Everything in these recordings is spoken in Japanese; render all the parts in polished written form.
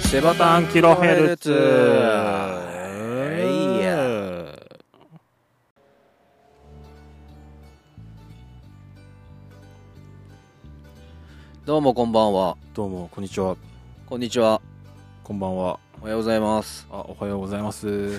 セバタンキロヘルツ。 どうもこんばんは。 どうもこんにちは。 こんにちは。 こんばんは。 おはようございます。 おはようございます。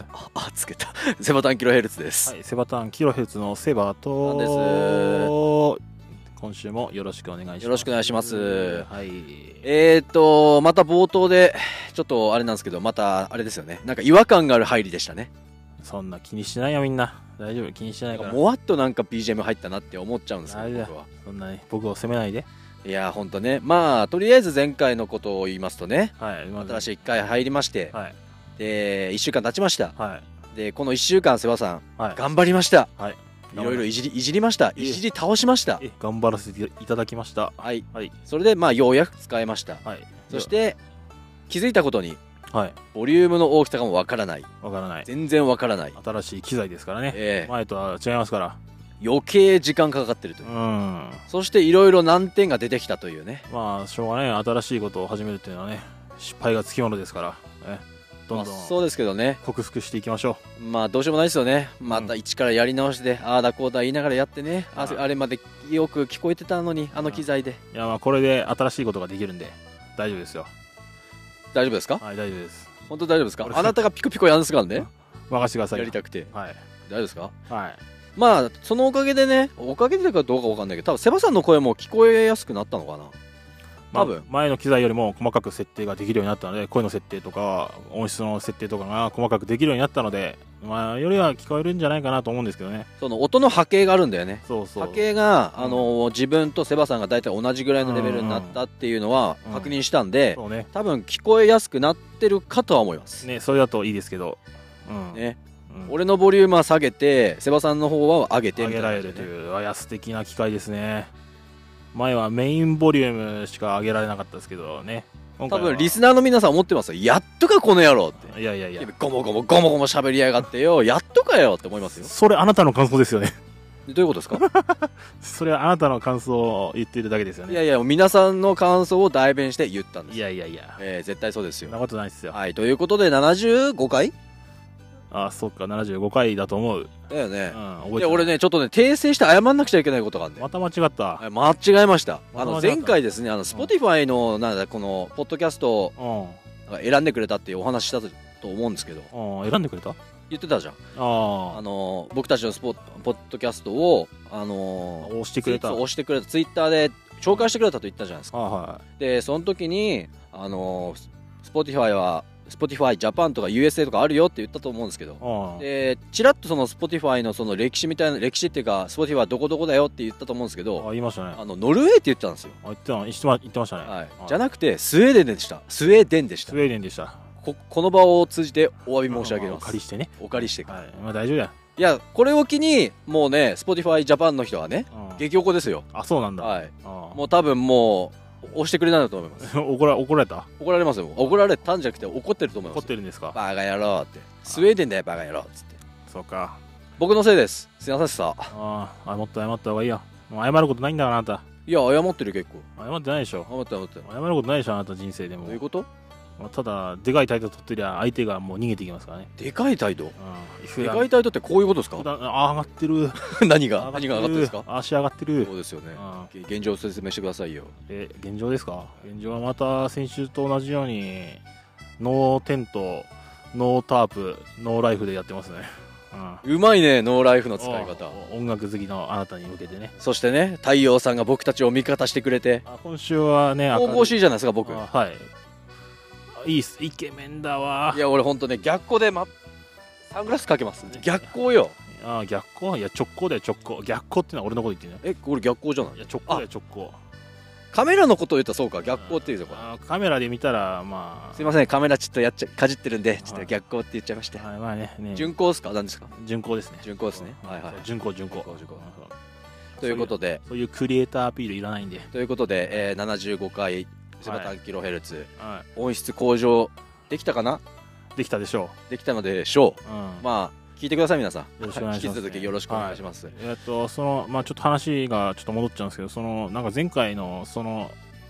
つけた。セバタンキロヘルツです。 はい、セバタンキロヘルツのセバと今週もよろしくお願いします。 よろしくお願いします。 はい。 また冒頭でちょっとあれなんですけど、またあれですよね。なんか違和感がある入りでしたね。 そんな気にしてないよみんな。大丈夫、気にしてないから。 もわっとなんか BGM 入ったなって思っちゃうんですけど、僕は。 そんなに僕を責めないで。 いやほんとね、まあとりあえず前回のことを言いますとね、 はい、 新しい1回入りまして、 はい、 で1週間経ちました、 はい、 でこの1週間セバさん、 はい、 頑張りました、 はい、 いろいろいじりました、いじり倒しました、 頑張らせていただきました。 はい、 はい、 それでまあようやく使えました、 はい、 そして気づいたことに、 はい、 ボリュームの大きさがもうわからない、全然わからない、 新しい機材ですからね、前とは違いますから、 余計時間かかってるという、そしていろいろ難点が出てきたというね。 まあしょうがない、新しいことを始めるっていうのはね、失敗がつきものですから、どんどんそうですけどね、 克服していきましょう。 まあどうしようもないですよね。また一からやり直しで、ああだこうだ言いながらやってね、あれまでよく聞こえてたのに、あの機材で。 いや、まあこれで新しいことができるんで大丈夫ですよ。 大丈夫ですか？ はい、大丈夫です。 本当大丈夫ですか？あなたがピコピコやるんですからね。 任せてください。 やりたくて。 はい。 大丈夫ですか？ はい。 まあそのおかげでね、おかげでかどうかわかんないけど、多分セバさんの声も聞こえやすくなったのかな。多分、 前の機材よりも細かく設定ができるようになったので、声の設定とか音質の設定とかが細かくできるようになったので、まあよりは聞こえるんじゃないかなと思うんですけどね。 その音の波形があるんだよね。 そうそう。 波形が自分とセバさんが大体同じぐらいのレベルになったっていうのは確認したんで、多分聞こえやすくなってるかとは思います。 ね、それだといいですけど。 ね。俺のボリュームは下げて、セバさんの方は上げてみたいな、 上げられるという、素敵な機械ですね。前はメインボリュームしか上げられなかったですけどね。 多分リスナーの皆さん思ってますよ。やっとかこの野郎って。 いやいやいや、 ゴモゴモ喋りやがってよ、やっとかよって思いますよ。 それあなたの感想ですよね。 どういうことですか？ それはあなたの感想を言っているだけですよね。 いやいや、皆さんの感想を代弁して言ったんです。 いやいやいや、 絶対そうですよ。 そんなことないですよ。 はい、ということで75回？ あ、そっか、75回だと思う。 だよね。 で、 俺ね、ちょっとね、訂正して謝んなくちゃいけないことがあるんで。 また間違った。 間違えました。前回ですね、Spotify の、なんだ、この、ポッドキャストを選んでくれたっていうお話したと思うんですけど。 選んでくれた？ 言ってたじゃん。僕たちのポッドキャストを、 押してくれた。 ツイッターで紹介してくれたと言ったじゃないですか。で、その時に、Spotify Japan とか USA とかあるよって言ったと思うんですけど、でちらっとその Spotify のその歴史みたいな、歴史っていうか Spotify はどこどこだよって言ったと思うんですけど、 言いましたね。 ノルウェーって言ってたんですよ。 言ってましたね。 はい、じゃなくてスウェーデンでした。スウェーデンでした。この場を通じてお詫び申し上げます。 お借りしてね。 お借りしてか。 まあ大丈夫だよ。 いや、これを機にもうね、Spotify Japan の人はね、激おこですよ。 あ、そうなんだ。 はい。もう多分もう押してくれないと思います。 怒られた？ 怒られますよ。怒られたんじゃなくて怒ってると思います。 怒ってるんですか？ バカ野郎って。スウェーデンだよバカ野郎っつって。 そうか。 僕のせいです。すいませんさ。 もっと謝った方がいいよ。もう謝ることないんだからあなた。 いや謝ってる結構。 謝ってないでしょ。 謝ってることないでしょあなた人生でも。 どういうこと？ ただでかい態度取ってりゃ相手がもう逃げていきますからね。 でかい態度？でかい態度ってこういうことですか？ 上がってる。 何が上がってるんですか？ 足上がってる。 そうですよね。現状を説明してくださいよ。 現状ですか？現状はまた先週と同じようにノーテント、ノータープ、ノーライフでやってますね。 うまいね、ノーライフの使い方。 音楽好きのあなたに向けてね。 そしてね、太陽さんが僕たちを味方してくれて。 今週はね、 神々しいじゃないですか僕。 はい。いいっす、イケメンだわ。 いや俺ほんとね、逆光でサングラスかけます。逆光よ。 逆光？いや直光だよ直光。逆光ってのは俺のこと言ってんの？ これ逆光じゃない？ いや直光だよ直光。 カメラのことを言ったらそうか、逆光っていうとこ。 カメラで見たらまあ。 すいません、カメラちょっとかじってるんで、ちょっと逆光って言っちゃいました。 まあね。 順光ですか？何ですか？ 順光ですね。 順光ですね。はいはい。 順光。 ということで、 そういうクリエイターアピールいらないんで。 ということで、75回セバタンキロヘルツ、音質向上できたかな？ できたでしょう。できたのでしょう。まあ聞いてください皆さん。 よろしくお願いします。 引き続きよろしくお願いします。 まあちょっと話がちょっと戻っちゃうんですけど、なんか前回の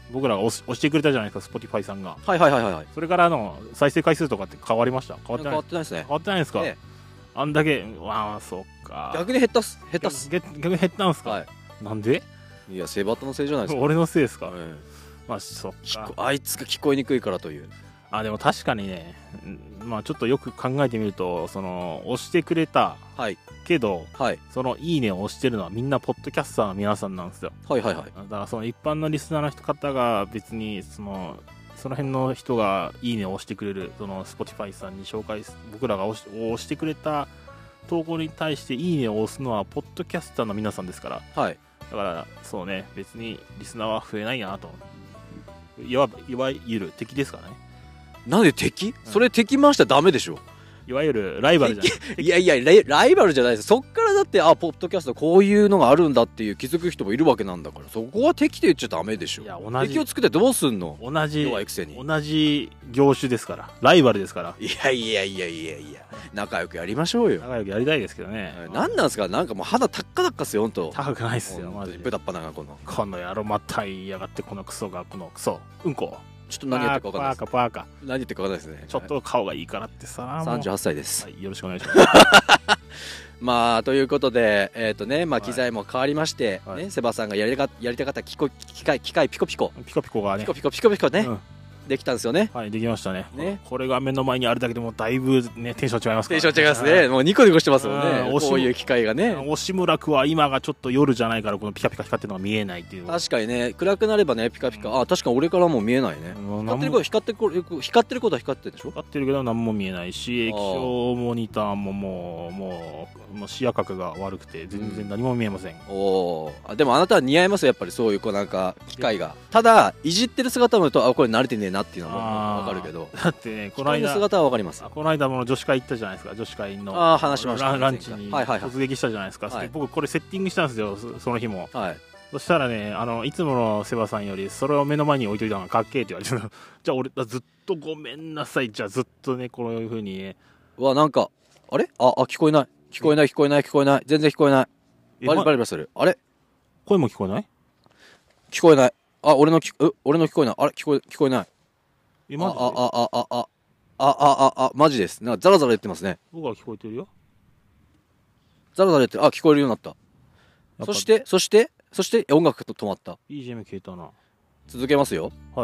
僕らが押してくれたじゃないですか、Spotify さんが。 はいはいはいはい。 それから再生回数とかって変わりました？変わってない？ 変わってないですね。 変わってないですか？あんだけ、そっか。 逆に減ったっす。 逆に減ったんすか？ はい。 なんで？ いや、セバタのせいじゃないですか。 俺のせいですか？まあ、そっか。 あいつが聞こえにくいからという。 でも確かにね、ちょっとよく考えてみると、押してくれたけど、いいねを押してるのはみんなポッドキャスターの皆さんなんですよ。 はいはいはい。 だから一般のリスナーの方が別にその辺の人がいいねを押してくれる、Spotify さんに僕らが押してくれた投稿に対していいねを押すのはポッドキャスターの皆さんですから。 はい。 だからそうね、別にリスナーは増えないなと。いわゆる敵ですかね。 なんで敵？それ敵回しちゃダメでしょ。 いわゆるライバルじゃない。 いやライバルじゃないです。そっからだってポッドキャストこういうのがあるんだっていう気づく人もいるわけなんだから、そこは敵って言っちゃダメでしょ。敵を作ってどうすんの？ 同じ弱いくせに。 同じ業種ですから、ライバルですから。 いや仲良くやりましょうよ。 仲良くやりたいですけどね。 なんなんすか、なんかもう肌タッカタッカっすよ、ほんと。 高くないっすよ、マジで。 ベタっぱながこの野郎また言いやがって、このクソうんこ。 ちょっと何言ってるか分かんないです。 バカ何言ってるか分かんないですね。 ちょっと顔がいいからってさ。 38歳です。 はい、よろしくお願いします。 まあということで機材も変わりましてね、セバさんがやりたかった機械ピコピコがね、 ピコね、できたんですよね。 はい、できましたね。これが目の前にあるだけでもだいぶね、テンション違いますから。 テンション違いますね。もうニコニコしてますもんね。こういう機械がね。 押村区は今がちょっと夜じゃないから、このピカピカ光ってるのが見えないっていう。 確かにね、暗くなればね、ピカピカ。確かに俺からも見えないね。光ってることは光ってるでしょ。 光ってるけど何も見えないし、液晶モニターももう視野角が悪くて全然何も見えません。 でもあなたは似合いますよ、やっぱりそういうなんか機械が。ただいじってる姿を見ると、これ慣れてねえなっていうのも分かるけど。 だってね、この間姿は分かります。 この間も女子会行ったじゃないですか。女子会の話しましたランチに突撃したじゃないですか。僕これセッティングしたんですよ、その日も。そしたらね、いつものセバさんよりそれを目の前に置いといたのがかっけえって言われて、じゃあ俺ずっとごめんなさい、じゃあずっとね、こういう風にね。 なんかあれ聞こえない全然聞こえない。バリバリする。あれ、 声も聞こえない？ 聞こえない。俺の聞こえない。あれ、聞こえない。マジです。なんかザラザラ言ってますね。 僕は聞こえてるよ。 ザラザラ言ってる。聞こえるようになった。そして音楽と止まった。 BGM 消えたな。 続けますよ。 はい。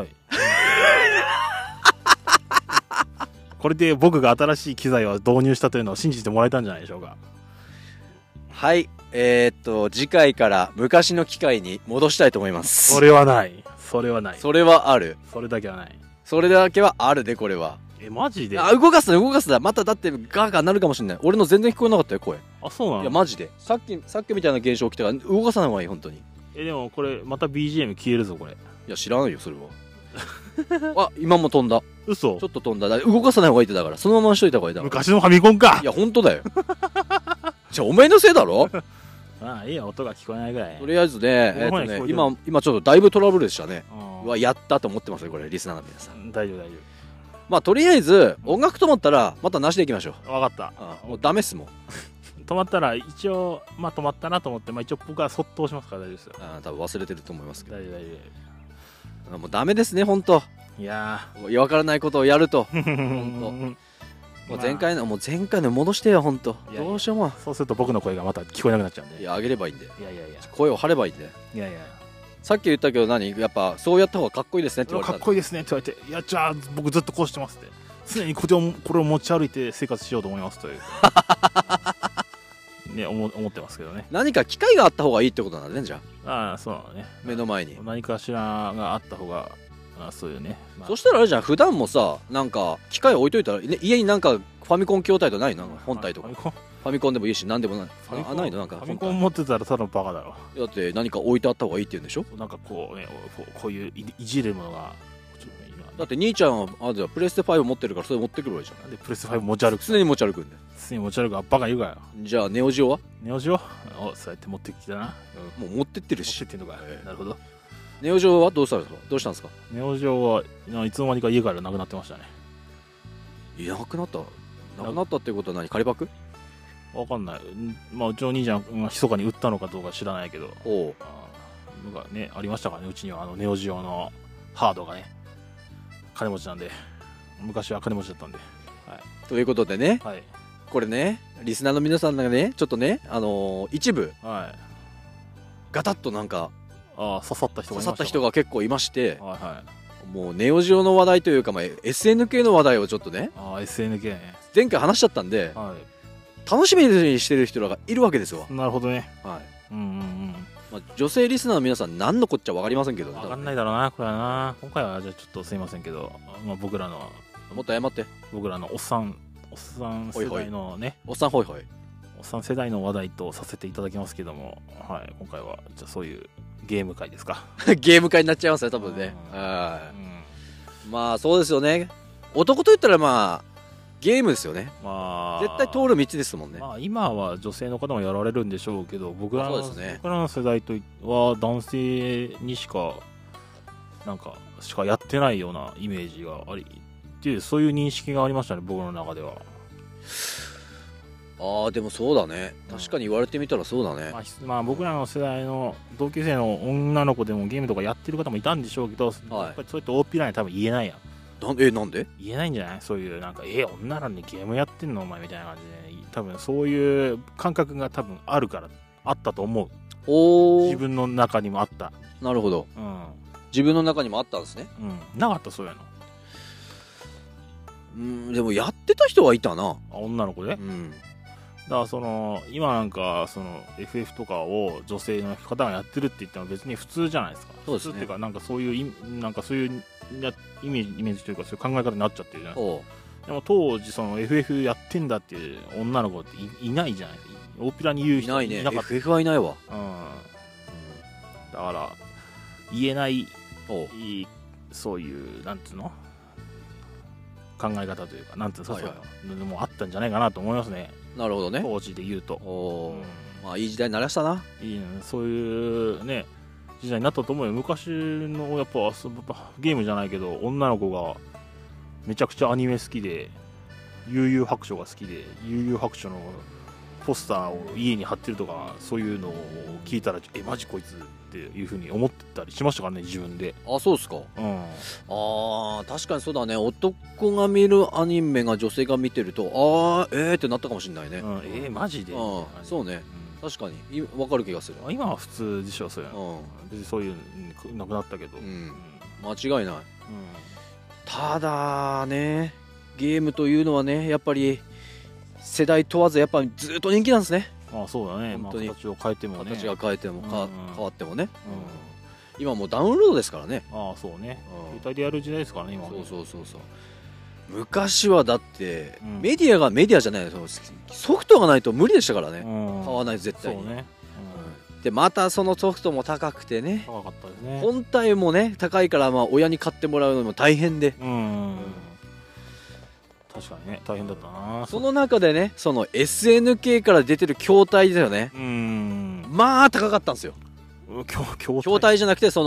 これで僕が新しい機材を導入したというのを信じてもらえたんじゃないでしょうか。 はい、次回から昔の機械に戻したいと思います。 それはない。 それはある。 それだけはない。 それだけはあるで、これは。 マジで？ 動かすだ。まただってガーガーなるかもしれない。俺の全然聞こえなかったよ、声。 そうなの？ いやマジで。さっきみたいな現象起きたから動かさない方がいい、本当に。 でもこれまた BGM 消えるぞ、これ。 いや知らないよ、それは。今も飛んだ。 嘘？ ちょっと飛んだ。動かさない方がいいってだから、そのまましといた方がいいだろ。 昔のファミコンか。 いや本当だよ。じゃあお前のせいだろ。 いいや、音が聞こえないぐらい。 とりあえずね、今ちょっとだいぶトラブルでしたね。やったと思ってますよ、これリスナーの皆さん。 大丈夫。 まあとりあえず音楽止まったらまたなしでいきましょう。 分かった。 もうダメっすもん。 止まったら一応止まったなと思って、一応僕はそっと押しますから大丈夫ですよ。 多分忘れてると思いますけど。 大丈夫。 もうダメですね、本当。 いや分からないことをやると。本当。もう前回の戻してよ、本当。どうしようも。 そうすると僕の声がまた聞こえなくなっちゃうんで。 いや、上げればいいんで。 いや声を張ればいいんで。さっき言ったけどやっぱそうやった方がかっこいいですねって言われた。 かっこいいですねって言われて、いやじゃあ僕ずっとこうしてますって、常にこれを持ち歩いて生活しようと思いますというね、思ってますけどね。 何か機会があった方がいいってことなんだね、じゃあ。そうなのね。 目の前に何かしらがあった方が、そういうね。 そしたらあれじゃん、普段もさ、なんか機械置いといたら、家になんかファミコン筐体とないの？本体とか。ファミコンでもいいし、何でもない。ないの？なんかファミコン持ってたらただのバカだろ。 だって何か置いてあった方がいいって言うんでしょ。 なんかこういういじれるものが。 だって兄ちゃんはプレステ5持ってるからそれ持ってくるわけじゃん。 なんでプレステ5持ち歩く？ 常に持ち歩くんで。 常に持ち歩くバカ言うかよ。 じゃあネオジオは？ ネオジオ？そうやって持ってきたな。 もう持ってってるし。 持ってってんのか。なるほど。 ネオジオはどうしたんですか？ ネオジオはいつの間にか家からなくなってましたね。 いなくなったっていうことは何？仮パク？ わかんない。うちの兄ちゃんが密かに売ったのかどうか知らないけど、なんかね、ありましたからね、うちにはネオジオのハードがね、金持ちなんで、昔は金持ちだったんで。はい。 ということでね、 はい。 これね、リスナーの皆さんがね、ちょっとね、一部、 はい。 ガタッとなんか、 刺さった人がいましたか。 刺さった人が結構いまして、 はいはい。 もうネオジオの話題というか、まあ、SNK の話題をちょっとね、 SNK ね。 前回話しちゃったんで、 は楽しみにしてる人らがいるわけですよ。 い。なるほどね。 はい。 うんうんうん。 まあ、女性リスナーの皆さん何のこっちゃ分かりませんけどね。 分かんないだろうな、これはな。今回はじゃあちょっとすいませんけど、まあ、僕らのおっさん世代のね、 おっさんほいほい。 おっさん世代の話題とさせていただきますけども、はい、今回はじゃあそういうゲーム会ですか。 ゲーム会になっちゃいますね、多分ね。まあそうですよね。男といったらまあゲームですよね。まあ絶対通る道ですもんね。 まあ今は女性の方もやられるんでしょうけど、僕らの世代とは男性にしかやってないようなイメージがありっていう、そういう認識がありましたね、僕の中では。 でもそうだね、確かに言われてみたらそうだね。 まあ僕らの世代の同級生の女の子でもゲームとかやってる方もいたんでしょうけど、やっぱりそうやって大っぴらに多分言えないやん。 なんで言えないんじゃない？そういう女なのにゲームやってんのお前みたいな感じで、多分そういう感覚が多分あるからあったと思う。自分の中にもあった。 なるほど。自分の中にもあったんですね。 なかったそういうの。でもやってた人はいたな。 女の子で。だから今なんかFF とかを女性の方がやってるって言っても別に普通じゃないですか。 そうですね。 普通っていうかそういうイメージというかそういう考え方になっちゃってるじゃないですか。でも当時FF やってんだっていう女の子っていないじゃないですか。大っぴらに言う人いなかった。FF はいないわ。 だから言えないそういうなんつうの考え方というかなんつうのそういうのもあったんじゃないかなと思いますね。 なるほどね。 当時で言うと。 まあいい時代になりましたな。 いいね、そういうね時代になったと思うよ。昔のやっぱゲームじゃないけど女の子がめちゃくちゃアニメ好きで悠々白書が好きで悠々白書のポスターを家に貼ってるとか、そういうのを聞いたらマジこいつっていう風に思ってたりしましたからね、自分で。 そうですか。確かにそうだね。男が見るアニメが女性が見てるとってなったかもしれないね。 マジで。 そうね。確かに分かる気がする。 今は普通でしょ、そういうの。別にそういうなくなったけど。 間違いない。ただね、ゲームというのはね、やっぱり世代問わずやっぱずっと人気なんですね。 そうだね。形を変えてもね。 形が変えても変わってもね。今もうダウンロードですからね。 そうね。携帯でやる時代ですからね、今は。 そう昔はだってメディアじゃないソフトがないと無理でしたからね。買わない絶対に。でまたそのソフトも高くてね。 高かったですね。 本体もね高いから親に買ってもらうのも大変で。 確かにね、大変だったな。 その中でね、SNK から出てる筐体だよね。まあ高かったんですよ。筐体じゃなくて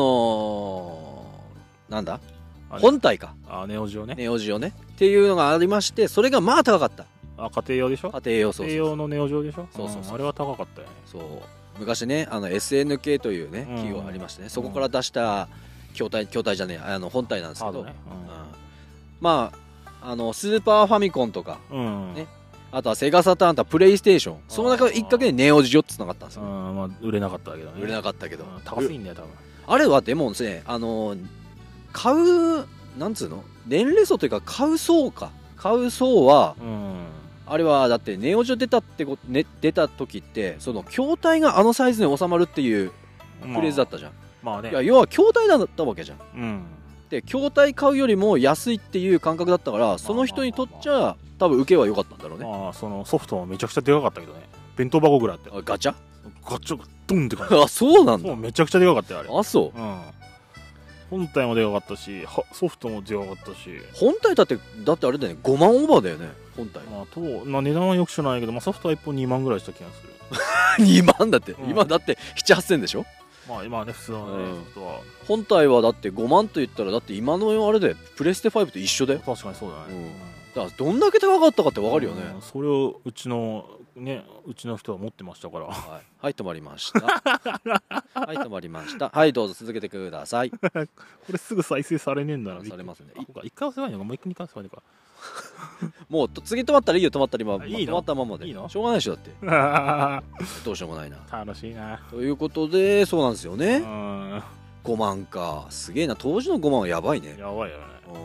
なんだ本体か。 ネオジオね。 ネオジオねっていうのがありまして、それがまあ高かった。 家庭用でしょ。 家庭用。 家庭用のネオジオでしょ。 そうあれは高かったよね。 そう昔ねSNK というね企業がありましてね、そこから出した筐体じゃねえ本体なんですけど、まあスーパーファミコンとか、ね、あとはセガサターンとプレイステーション、その中の一角でネオジオってつながったんですよ。 売れなかったけどね。 売れなかったけど高すぎんだよ多分。 あれはでもですね、買うなんつうの年齢層というか買う層は、あれはだってネオジオ出た時ってその筐体があのサイズに収まるっていうフレーズだったじゃん。いや要は筐体だったわけじゃん。で筐体買うよりも安いっていう感覚だったから、その人にとっちゃ多分受けは良かったんだろうね。 そのソフトもめちゃくちゃでかかったけどね。弁当箱ぐらいあって。 ガチャがドンって感じ。 そうなんだ。 めちゃくちゃでかかったよあれ。 そう。 本体もでかかったしソフトもでかかったし。 本体だってあれだよね、5万オーバーだよね本体。 値段はよく知らないけど、ソフトは1本2万ぐらいした気がする。 2万だって、今だって7、8千でしょ。 今ね普通はね、 本体はだって5万と言ったら、だって今のあれでプレステ5と一緒だよ。 確かにそうだね。 だからどんだけ高かったかって分かるよね。 それをうちのね、うちの人は持ってましたから。 はい、はい、止まりましたはい止まりました。はい、どうぞ続けてください。 これすぐ再生されねえんだな。 されますね。 一回押せばいいのか、もう一回二回押せばいいのか。 もう次止まったらいいよ。止まったら今いいの止まったままでいいのしょうがないでしょ。だってどうしようもないな楽しいな。 ということで、そうなんですようね。 ん。 5万か、すげえな。当時の5万はやばいね。 やばいよね。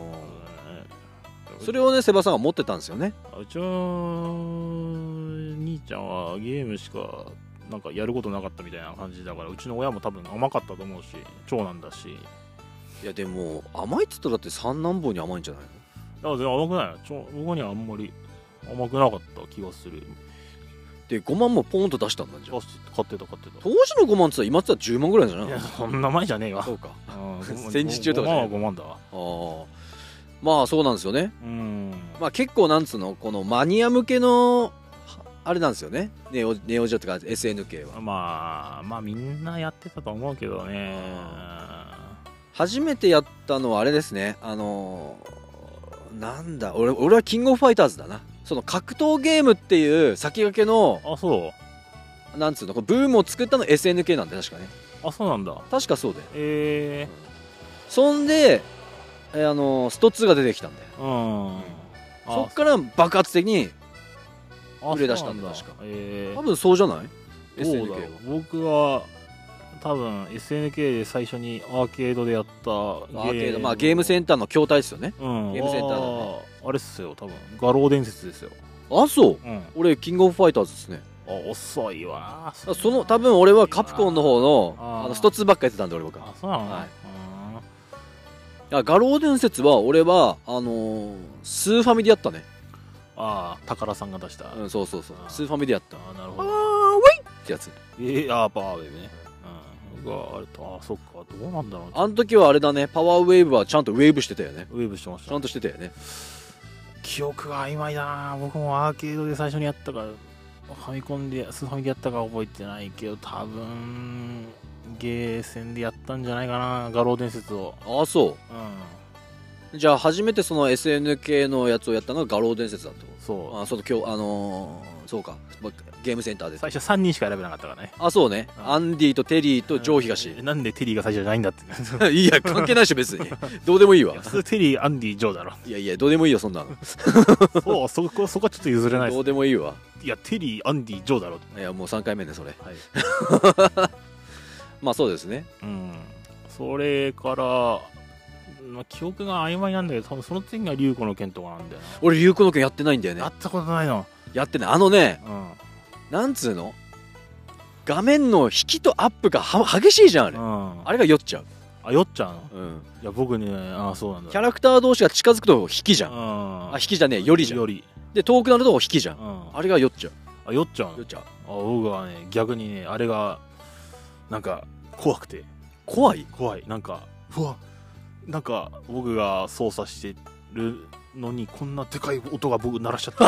それをね、セバさんは持ってたんですよね。 うちの兄ちゃんはゲームしかなんかやることなかったみたいな感じだから、うちの親も多分甘かったと思うし、長男だし。 いやでも甘いっつったらだって三男坊に甘いんじゃないの？ だから全然甘くないよ。僕にはあんまり甘くなかった気がする。 で5万もポンと出したんだじゃん。 買ってた。 当時の5万って言ったら今って言ったら10万ぐらいじゃないの？ いや、そんな前じゃねえわ。 そうか。 うん戦時中とかじゃない 5万は5万だわ。 ああ、まあそうなんですよね。まあ結構なんつうの、このマニア向けのあれなんですよね。ネオジオとか SNK は。 まあみんなやってたと思うけどね。 初めてやったのはあれですね。なんだ、俺はキングオブファイターズだな。その格闘ゲームっていう先駆けの、 あ、そうなんつうの、ブームを作ったの SNK なんで確かね。 あ、そうなんだ。 確かそうで。 うん、 そんで、スト2が出てきたんだよ。そっから爆発的に売れ出したんだ、確か。多分そうじゃない？ SNK は。 僕は多分 SNK で最初にアーケードでやったゲームセンターの筐体ですよね。 うん、 ゲームセンターのね。 あれっすよ、多分画廊伝説ですよ。 あ、そう、 うん、 俺キングオブファイターズですね。 あ、遅いわ。 その多分俺はカプコンの方のスト2ばっかやってたんで、俺僕は。 あ、そうなの？ はい。画廊伝説は俺はスーファミでやったね。 ああ、宝さんが出した。 うん、そう。スーファミでやった。 あ、なるほど。 ウェイってやつ。 パワーウェーブね。うん。あれと、そっか、どうなんだろう。 あの時はあれだね、パワーウェーブはちゃんとウェーブしてたよね。 ウェーブしてました。 ちゃんとしてたよね。 記憶が曖昧だな。僕もアーケードで最初にやったから、ファミコンで、スーファミでやったか覚えてないけど、多分、ゲーセンでやったんじゃないかな、画廊伝説を。 ああ、そう。 うん。 じゃあ初めてその SNK のやつをやったのが画廊伝説だと。 そう。 あ、そう今日そうか、ゲームセンターで最初3人しか選べなかったからね。 あ、そうね。アンディとテリーとジョー東。 なんでテリーが最初じゃないんだって。 いや、関係ないでしょ、別に。どうでもいいわ。 普通テリー、アンディ、ジョーだろ。 いや、どうでもいいよ、そんなの。 そう、そこはちょっと譲れないです。 どうでもいいわ。 いや、テリー、アンディ、ジョーだろ。 いや、もう3回目ね、それ。 はい。 まあそうですね。 うん。それから、記憶が曖昧なんだけど、多分その次が龍子の剣とかなんだよな。 俺、龍子の剣やってないんだよね。 やったことないの。 やってない。ね、 うん。 なんつうの、画面の引きとアップが激しいじゃん、あれ。 うん。 あれが酔っちゃう。 あ、酔っちゃうの？ うん。 いや、僕ね、そうなんだ。 キャラクター同士が近づくと引きじゃん。 うん。 引きじゃねえ、よりじゃん。 より。 で、遠くなると引きじゃん。 うん。 あれが酔っちゃう。 あ、酔っちゃうの？ 酔っちゃう。 僕はね、逆にね、あれが、なんか、怖くて。 怖い？ なんか、うわ、なんか、僕が操作してるのに、こんなでかい音が僕鳴らしちゃった。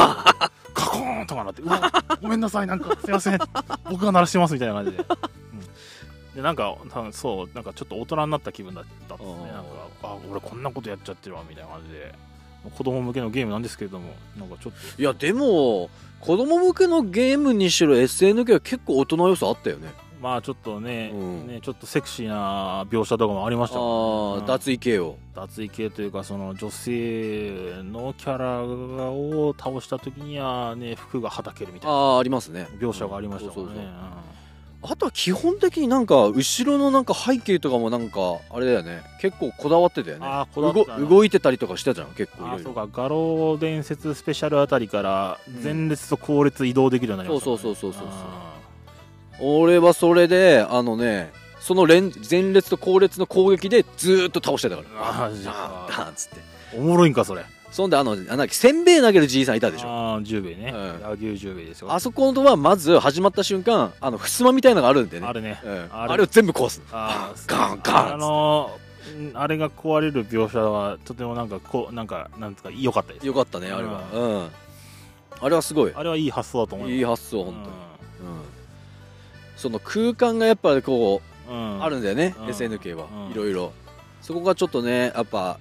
カコーンとかなって、うわ、ごめんなさい、なんか、すいません。僕が鳴らしてます、みたいな感じで。で、なんか、そう、なんかちょっと大人になった気分だったんですね。なんか、俺こんなことやっちゃってるわ、みたいな感じで。子供向けのゲームなんですけれども、なんかちょっと。 いや、でも、子供向けのゲームにしろ SNK は結構大人要素あったよね。 まあちょっとね、ちょっとセクシーな描写とかもありましたからね。脱衣系を。 脱衣系というか、その女性のキャラを倒した時にはね、服がはたけるみたいな。 ありますね。 描写がありましたもんね。 あとは基本的になんか後ろのなんか背景とかもなんかあれだよね、結構こだわってたよね。動いてたりとかしてたじゃん、結構いろいろ。 そうか、画廊伝説スペシャルあたりから前列と後列移動できるようになりましたね。 そう俺はそれでその前列と後列の攻撃でずーっと倒してたから。ダンつって。 おもろいんかそれ。 そんでせんべい投げるじいさんいたでしょ。 十兵衛ね。牛十兵衛ですよ。 あそこのはまず始まった瞬間ふすまみたいなのがあるんでね。 あれね。 あれを全部壊す。ガンガン。 あれが壊れる描写はとてもなんかなんですか、良かったです。 良かったね、あれは。あれはすごい。 あれはいい発想だと思います。 いい発想、本当に。その空間がやっぱこうあるんだよね、SNK は。いろいろそこがちょっとね、やっぱ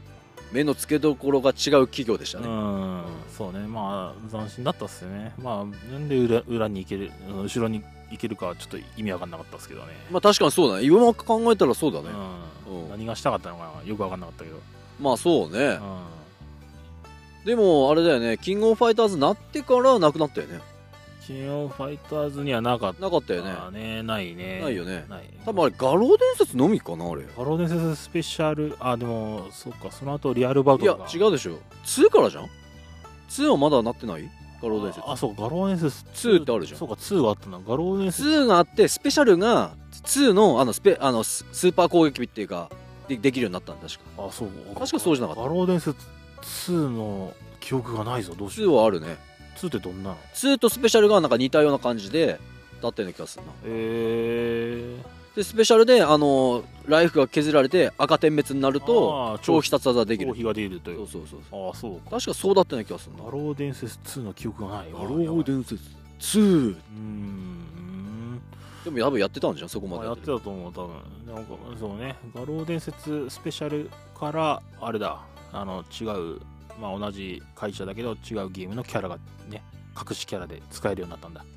目の付けどころが違う企業でしたね。 そうね、まあ斬新だったっすよね。まあなんで裏に行ける、後ろに行けるかはちょっと意味わかんなかったですけどね。 まあ確かにそうだね、今考えたらそうだね。 何がしたかったのかなよくわかんなかったけど。 まあそうね、でもあれだよね、キングオブファイターズなってからなくなったよね。 キングオブファイターズにはなかったよね。 ないね。 ないよね。多分あれ画廊伝説のみかな、あれ。 画廊伝説スペシャル、でもそっか、その後リアルバウトとか。いや違うでしょ、2からじゃん。2はまだなってない？画廊伝説。 そう画廊伝説 2ってあるじゃん。 そうか、2があったな。画廊伝説 2があって、スペシャルが2のスーパー攻撃っていうかできるようになったんだ、確か。 そう確かそうじゃなかった。 画廊伝説2の記憶がないぞ。どうしよう。 2はあるね。 2ってどんなの？ 2とスペシャルがなんか似たような感じでだったような気がするな。でスペシャルでライフが削られて赤点滅になると超必殺技できる。 超が出るという。 そうそうか。 確かそうだったような気がするな。 画廊伝説2の記憶がない。 画廊伝説2。でも多分やってたんじゃん、そこまで。 やってたと思う、多分。なんかそうね、画廊伝説スペシャルからあれだ、違う、まあ同じ会社だけど違うゲームのキャラがね、隠しキャラで使えるようになったんだ。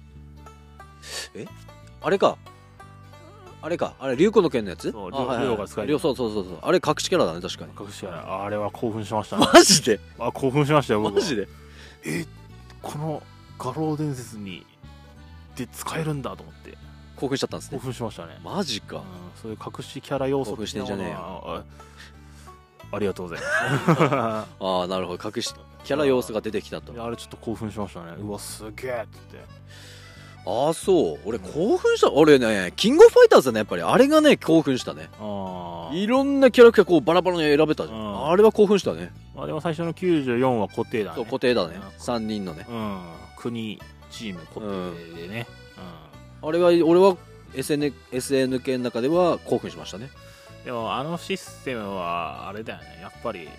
あれかあれ竜子の剣のやつ。 そう、竜が使える。 そうあれ隠しキャラだね、確かに。 隠しキャラ、あれは興奮しましたね。 マジで？ 興奮しましたよ、僕は。 マジで？ この画廊伝説にで使えるんだと思って興奮しちゃったんですね。 興奮しましたね。 マジか。 そういう隠しキャラ要素興奮してんじゃねえよ。 ありがとうございますなるほど、隠しキャラ要素が出てきたと。 あれちょっと興奮しましたね。うわすげえって言って。 そう俺興奮した。俺ねキングオブファイターズだね、やっぱりあれがね興奮したね。いろんなキャラクターこうバラバラに選べたじゃん。あれは興奮したね。 でも最初の94は固定だね。 そう固定だね、3人のね、 国チーム固定でね。 あれは俺は SNK の中では興奮しましたね。 でもシステムはあれだよね、やっぱり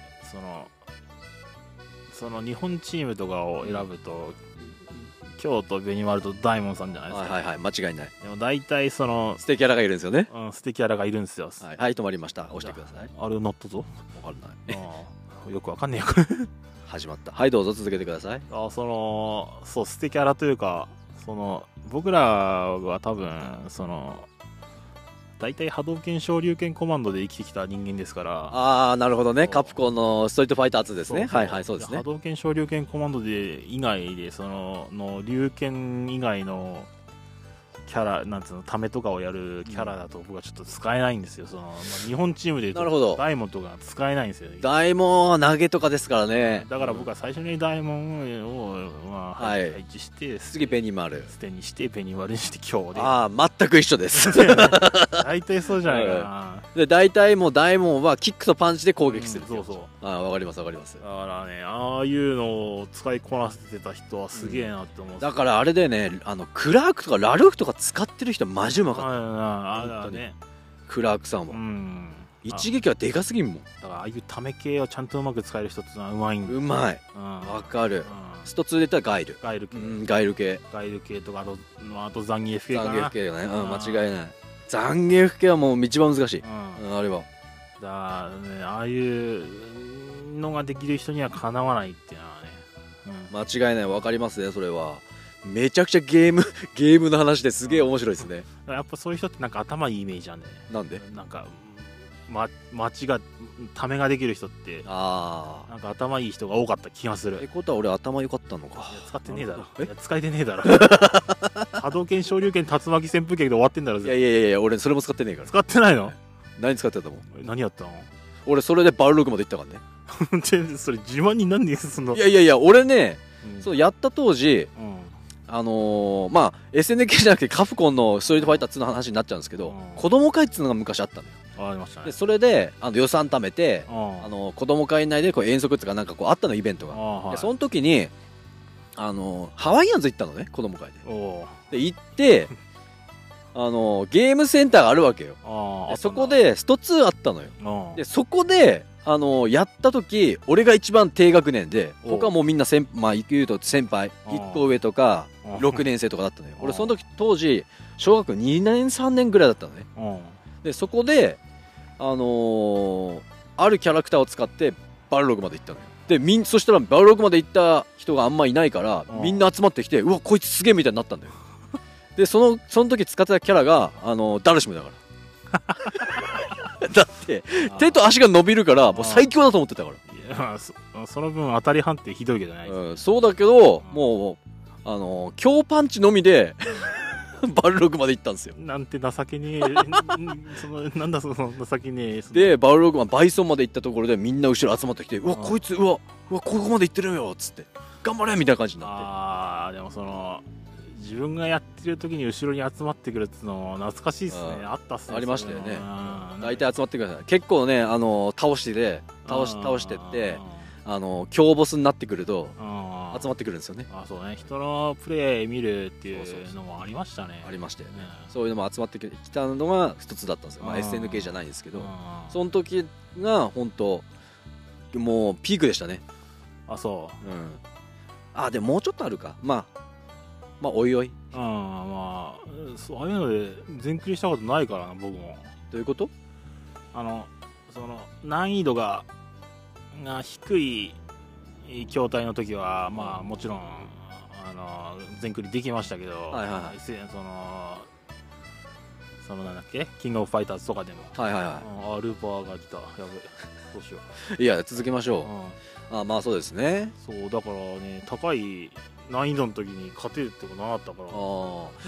その日本チームとかを選ぶと、京都ベニマルと大門さんじゃないですか。 はい間違いない。 でも大体ステキャラがいるんですよね。 ステキャラがいるんですよ。 はい、止まりました。押してください。 あれ乗ったぞ。 分かんない。 よくわかんねえよ始まった。はい、どうぞ続けてください。 そうステキャラというか、僕らは多分大体波動拳昇竜拳コマンドで生きてきた人間ですから。 なるほどね。カプコンのストリートファイター2ですね。はいそうですね。 波動拳昇竜拳コマンドで以外で竜拳以外のキャラなんつうのためとかをやるキャラだと僕はちょっと使えないんですよ。日本チームでなるほどダイモンとか使えないんですよ。 ダイモンは投げとかですからね。 だから僕は最初にダイモンを配置して次ペニマル捨てにしてペニマルにして今日で全く一緒です大体そうじゃないかな。 で大体もうダイモンはキックとパンチで攻撃する。 そうわかります。だからね、ああいうのを使いこなせてた人はすげえなって思う。 だからあれだよね、クラークとかラルフとか使ってる人マジうまかった。 ああね、 クラークさんは一撃はでかすぎんもん。だからああいうため系をちゃんとうまく使える人ってのはうまいんだ。 うまい。わかる。スト2で言ったらガイル系とか、あとザンギエフ系かな。 ザンギエフ系だね。間違いない。ザンギエフ系はもう一番難しい。あれはだね、ああいうのができる人にはかなわないっていうのはね、 間違いない。わかりますね。それはめちゃくちゃゲームの話ですげえ面白いですね。 やっぱそういう人ってなんか頭いいイメージあるんだよね。 なんで？ なんかためができる人ってなんか頭いい人が多かった気がする。 ことは俺頭良かったのか。 使ってねえだろ。使えてねえだろ波動拳昇竜拳竜巻旋風剣で終わってんだろ。 いや俺それも使ってねえから。 使ってないの？ 何使ってたの？ 何やったの？ 俺それでバルログまで行ったからねそれ自慢になんでその。 いや俺ね、そうやった当時、SNK じゃなくてカプコンのストリートファイター2の話になっちゃうんですけど、子供会っていうのが昔あったのよ。 ありましたね。 でそれで予算貯めて子供会内でこう遠足っていうかなんかこうあったのイベントが。でその時にハワイアンズ行ったのね、子供会で。で行ってゲームセンターがあるわけよ。そこでスト2あったのよ。でそこでやった時俺が一番低学年で他はもうみんな言うと先輩1個上とか6年生とかだったのよ。俺その時当時小学2年3年ぐらいだったのね。でそこであるキャラクターを使ってバルログまで行ったのよ。でそしたらバルログまで行った人があんまいないから、みんな集まってきて、うわこいつすげえみたいになったんだよ。でその時使ってたキャラがダルシムだからだって手と足が伸びるからもう最強だと思ってたから。 いやその分当たり判定ひどいけどね、 そうだけど、もう強パンチのみでバルログまで行ったんですよ。 なんて情けねえなんだその情けねえ。 でバルログマンバイソンまで行ったところでみんな後ろ集まってきて、うわこいつうわここまで行ってるよっつって頑張れみたいな感じになって。 ああでも自分がやってる時に後ろに集まってくるっていうの懐かしいですね。あったっすね。 ありましたよね。大体集まってください。結構ね倒してって強ボスになってくると集まってくるんですよね。 そうね、人のプレー見るっていうのもありましたね。 ありましたよね。そういうのも集まってきたのが一つだったんですよ。SNK じゃないんですけど、その時が本当もうピークでしたね。でももうちょっとあるか。まあおいおい。 そういうので全クリしたことないからな僕も。 どういうこと？ 難易度が低い筐体の時はもちろん全クリできましたけど、なんだっけキングオブファイターズとかでもルーパーが来た、やべどうしよう。いや続けましょう。そうですね。 そうだからね、高い難易度の時に勝てるってことなかったから。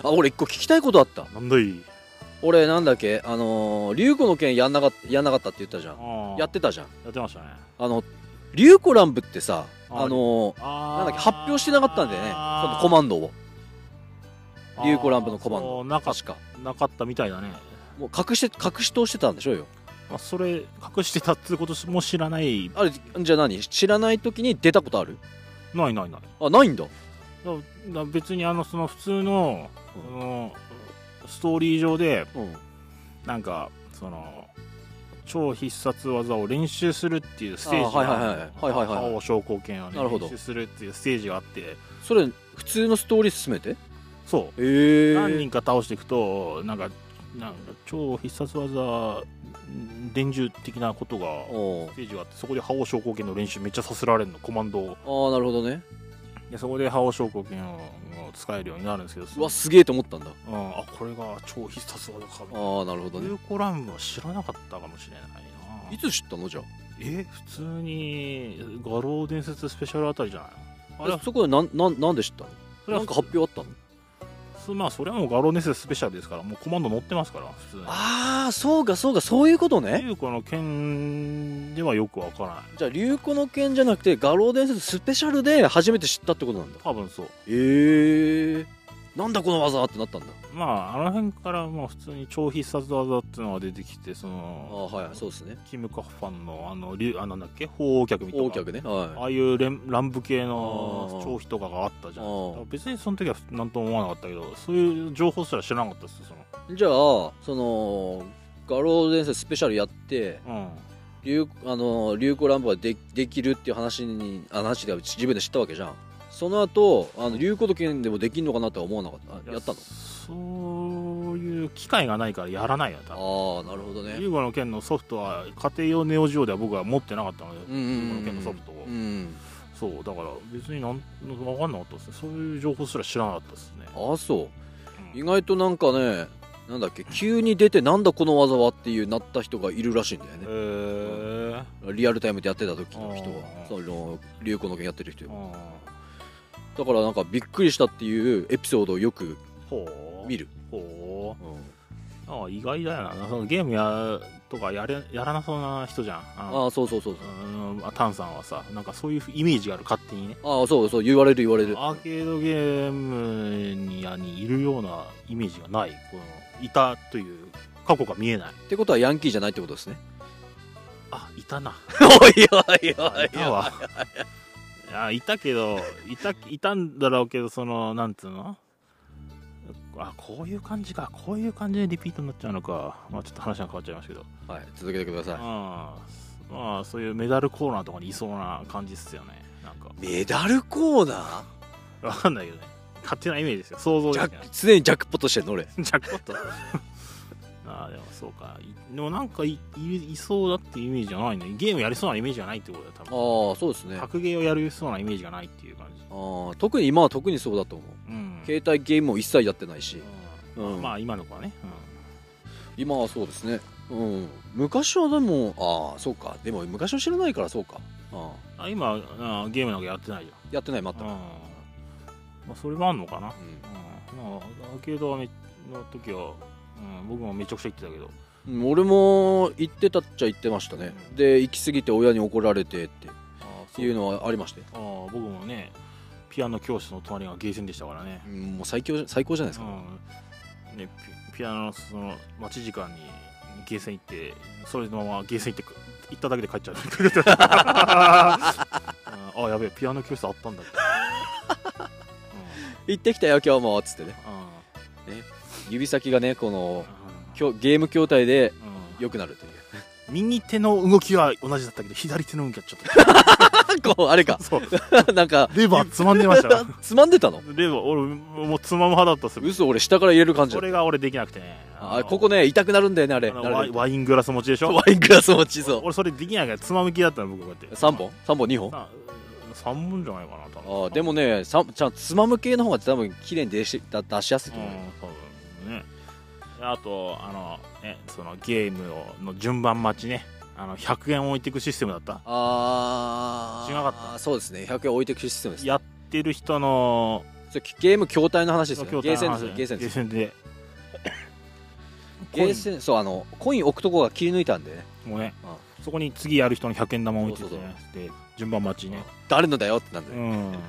俺一個聞きたいことあった。 なんだい。 俺なんだっけ竜子の剣やんなかったって言ったじゃん。やってたじゃん。 やってましたね。 竜子乱舞ってさなんだっけ発表してなかったんだよね、そのコマンドを。竜子乱舞のコマンドなかったみたいだね。 もう隠し通してたんでしょうよ。 それ隠してたってことも知らない。 あれじゃあ何、知らない時に出たことある？ ないないんだ。 別にその普通のストーリー上でなんか超必殺技を練習するっていうステージが、覇王昇降拳を練習するっていうステージがあって、 それ普通のストーリー進めて、 そう何人か倒していくとなんか超必殺技伝授的なことがステージがあって、そこで覇王昇降拳の練習めっちゃさせられるの、コマンドを。 なるほどね。 でそこで覇王昇降拳を使えるようになるんですけど、 うわすげえと思ったんだ。 これが超必殺技かみたいな。なるほどね。 竜子乱舞は知らなかったかもしれないな。 いつ知ったのじゃあ。 普通に画廊伝説スペシャルあたりじゃないの。 そこでなんで知ったの？それなんか発表あったの？ それはもう画廊伝説スペシャルですから、もうコマンド載ってますから普通に。 そうかそういうことね。 竜子の剣ではよくわからない。 じゃあ竜子の剣じゃなくて画廊伝説スペシャルで初めて知ったってことなんだ。 多分そう。 なんだこの技ってなったんだ。 あの辺から普通に超必殺技っていうのが出てきて、 そうですね。 キム・カファンのなんだっけ鳳凰脚みたいな、 鳳凰脚ね、 ああいう乱舞系の超飛とかがあったじゃん。別にその時は何とも思わなかったけど、そういう情報すら知らなかったですよ。 じゃあ画廊伝説スペシャルやって、竜子乱舞ができるっていう話で自分で知ったわけじゃん。その後竜子の剣でもできんのかなとは思わなかった。やったの？そういう機会がないからやらないよ多分。なるほどね。 竜子の剣のソフトは家庭用ネオジオでは僕は持ってなかったので、竜子の剣のソフトを、そうだから別に分かんなかったですね。そういう情報すら知らなかったですね。 そう、意外となんかね、なんだっけ、急に出てなんだこの技はっていうなった人がいるらしいんだよね。リアルタイムでやってた時の人は、竜子の剣やってる人だからなんかびっくりしたっていうエピソードをよく見る。 意外だよな。そのゲームとかやらなそうな人じゃん。 そうタンさんはさ、なんかそういうイメージがある、勝手にね。 そう言われる。 アーケードゲームにいるようなイメージがない。いたという過去が見えない。 ってことはヤンキーじゃないってことですね。 いたな。 いたわ。いたけど、いたんだろうけど、なんつうの、こういう感じか、こういう感じでリピートになっちゃうのか。ちょっと話が変わっちゃいましたけど。 続けてください。 そういうメダルコーナーとかにいそうな感じっすよね。なんかメダルコーナーわかんないけどね。勝手なイメージですよ。想像ですよね。 常にジャックポットしてんの俺。 ジャックポットあでもそうか。でもなんかいそうだっていうイメージじゃないね。ゲームやりそうなイメージじゃないってことだよ、多分。 ああ、そうですね。 格ゲーをやるそうなイメージがないっていう感じ。 ああ、特に今は特にそうだと思う。 うん。 携帯ゲームも一切やってないし。 まあ今の子はね。 今はそうですね。昔はでも、そうか。でも昔は知らないからそうか。 今ゲームなんかやってないじゃん。 やってない、全く。 まあそれもあんのかな。アーケードの時は、僕もめちゃくちゃ行ってたけど。 俺も行ってたっちゃ行ってましたね。で、行き過ぎて親に怒られてっていうのはありまして。 僕もね、ピアノ教室の隣がゲーセンでしたからね。 もう最高じゃないですか。 ね、ピアノのその待ち時間にゲーセン行って、それのままゲーセン行っただけで帰っちゃう。やべえ、ピアノ教室あったんだって。 行ってきたよ今日もっつってね。指先がね、このゲーム筐体で良くなるという。 右手の動きは同じだったけど、左手の動きはちょっとこうあれか。 そうなんかレバーつまんでましたつまんでたの？ レバー俺もうつまむ派だったっす。 嘘、俺下から入れる感じ。 それが俺できなくてね。 ここね痛くなるんだよね、あれ。 ワイングラス持ちでしょ。 ワイングラス持ち。そう、 俺それできないからつまむ気だったの。僕こうやって 3本2本 3本じゃないかな多分。 でもね、ちゃんとつまむ系の方が多分綺麗に出しやすいと思う。 多分ね。あとそのゲームの順番待ちね、100円置いていくシステムだった。違かった。 そうですね、100円置いていくシステムです。 やってる人のゲーム筐体の話ですよ。ゲーセンでゲーセンそうコイン置くとこが切り抜いたんでね。 もうね、そこに次やる人の100円玉置いててね、で順番待ちね。 誰のだよってなんで。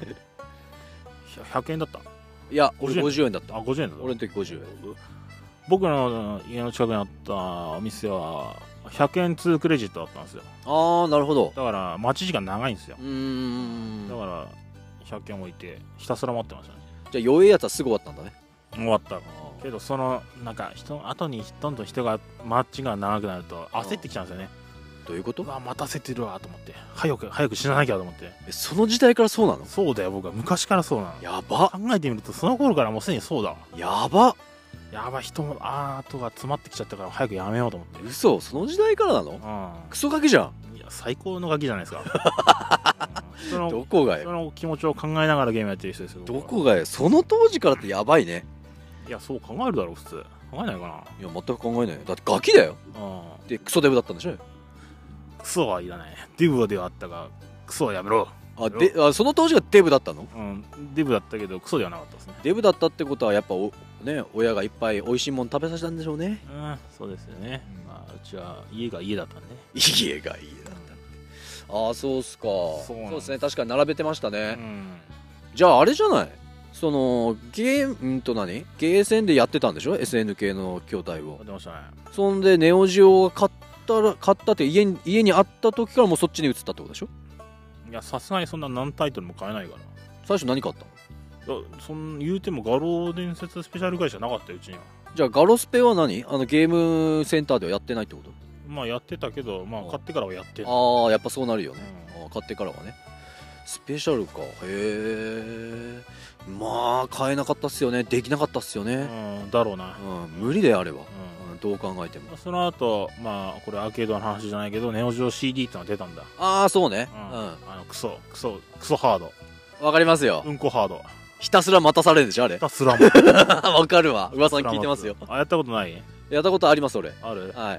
100円だった。 いや50円だった。 50円だった。 俺の時50円。 僕の家の近くにあったお店は100円2クレジットだったんですよ。 なるほど。 だから待ち時間長いんですよ。だから 100円置いてひたすら待ってましたね。 じゃあ弱いやつはすぐ終わったんだね。 終わったけど、そのなんか後にどんどん人が待ちが長くなると焦ってきちゃうんですよね。 どういうこと？ 待たせてるわと思って、早く死ななきゃと思って。 その時代からそうなの？ そうだよ、僕は昔からそうなの。 やば。 考えてみるとその頃からもうすでにそうだわ。 やば、 人も後が詰まってきちゃったから早くやめようと思って。 嘘、その時代からなの？クソガキじゃん。 いや最高のガキじゃないですか。 どこがよ。 その気持ちを考えながらゲームやってる人ですよ。 どこがよ。その当時からってやばいね。 いやそう考えるだろう、普通考えないかな。いや全く考えないよ。だってガキだよ。でクソデブだったんでしょ。 クソはいらない。デブではあったがクソはやめろ。 その当時がデブだったの？ デブだったけどクソではなかったですね。 デブだったってことはやっぱ親がいっぱい美味しいもの食べさせたんでしょうね。 そうですよね。うちは家が家だったんで。 家が家だった。そうっすか。そうですね、確かに並べてましたね。じゃああれじゃない、そのゲーセンでやってたんでしょ、 SNK の筐体を。やってましたね。そんでネオジオが買ったって家にあった時からもうそっちに移ったってことでしょ。 いやさすがにそんな何タイトルも買えないから。 最初何買ったの？ 言うても画廊伝説スペシャル会社なかったよ、うちには。じゃあガロスペは何？ゲームセンターではやってないってこと？ やってたけど、買ってからはやってる。 やっぱそうなるよね。買ってからはね。スペシャルか。へえ。買えなかったっすよね。できなかったっすよね。 だろうな。 無理であれば。どう考えても。 その後これアーケードの話じゃないけど、ネオジオ CD ってのが出たんだ。 そうね。 クソハード。 わかりますよ。 うんこハード。 ひたすら待たされるでしょ、あれ。 ひたすらわかるわ。噂に聞いてますよ。 やったことない？ やったことあります、俺。 ある？ はい。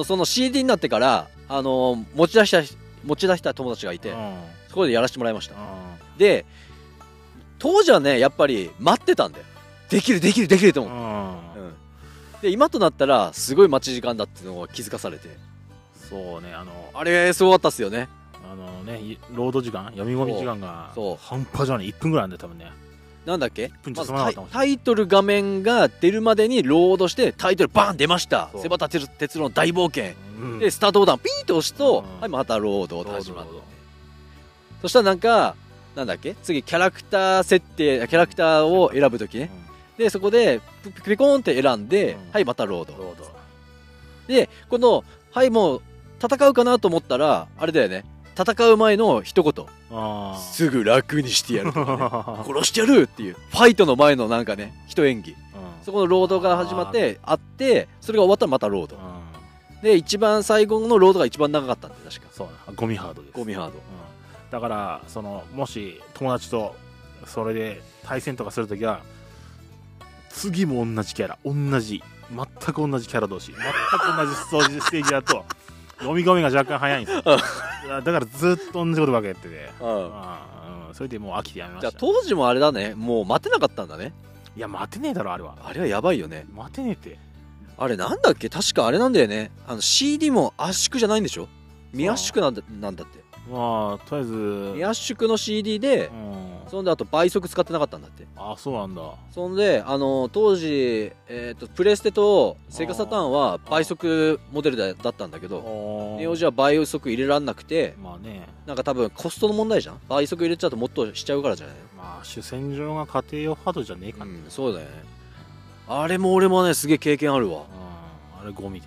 その CD になってから、持ち出した友達がいて、そこでやらせてもらいました。で、当時はね、やっぱり待ってたんだよ。できると思って。で、今となったら、すごい待ち時間だっていうのを気づかされて。 そうね、 あれ、すごかったっすよね。 ロード時間、読み込み時間が半端じゃない。1分ぐらいなんで多分ね。 なんだっけ？ タイトル画面が出るまでにロードして、タイトルバーン出ました。セバタ哲郎の大冒険。で、スタートボタンピーッと押すと、はい、またロードが始まる。そしたらなんだっけ？次、キャラクターを選ぶときね。で、そこで、ピコーンって選んで、はい、またロード。で、はい、もう、戦うかなと思ったら、あれだよね。戦う前の一言。すぐ楽にしてやるとかね。殺してやるっていう。ファイトの前のなんかね、一演技。 そこのロードが始まってあって、それが終わったらまたロード、で一番最後のロードが一番長かったんで確か。 そうだ、ゴミハードです。 ゴミハード、 だからもし友達とそれで対戦とかするときは、次も同じキャラ、全く同じキャラ同士、全く同じステージだとゴミが若干早いんですよ。だからずっと同じことばっかやってて、それでもう飽きてやめました。 じゃあ当時もあれだね、もう待てなかったんだね。 いや待てねえだろ、あれはやばいよね。 待てねえって。 あれなんだっけ、確かあれなんだよね、CD も圧縮じゃないんでしょ、未圧縮なんだって。 まあとりあえず未圧縮の CD で、そんであと倍速使ってなかったんだって。 あ、そうなんだ。 そんで当時、プレステとセガサターンは倍速モデルだったんだけど、ネオジは倍速入れらんなくて、 まあね、 なんか多分コストの問題じゃん、倍速入れちゃうともっとしちゃうからじゃないの。 まあ主戦場が家庭用ハードじゃねえかね。 そうだよね。あれも俺もねすげえ経験あるわ。 あれゴミです。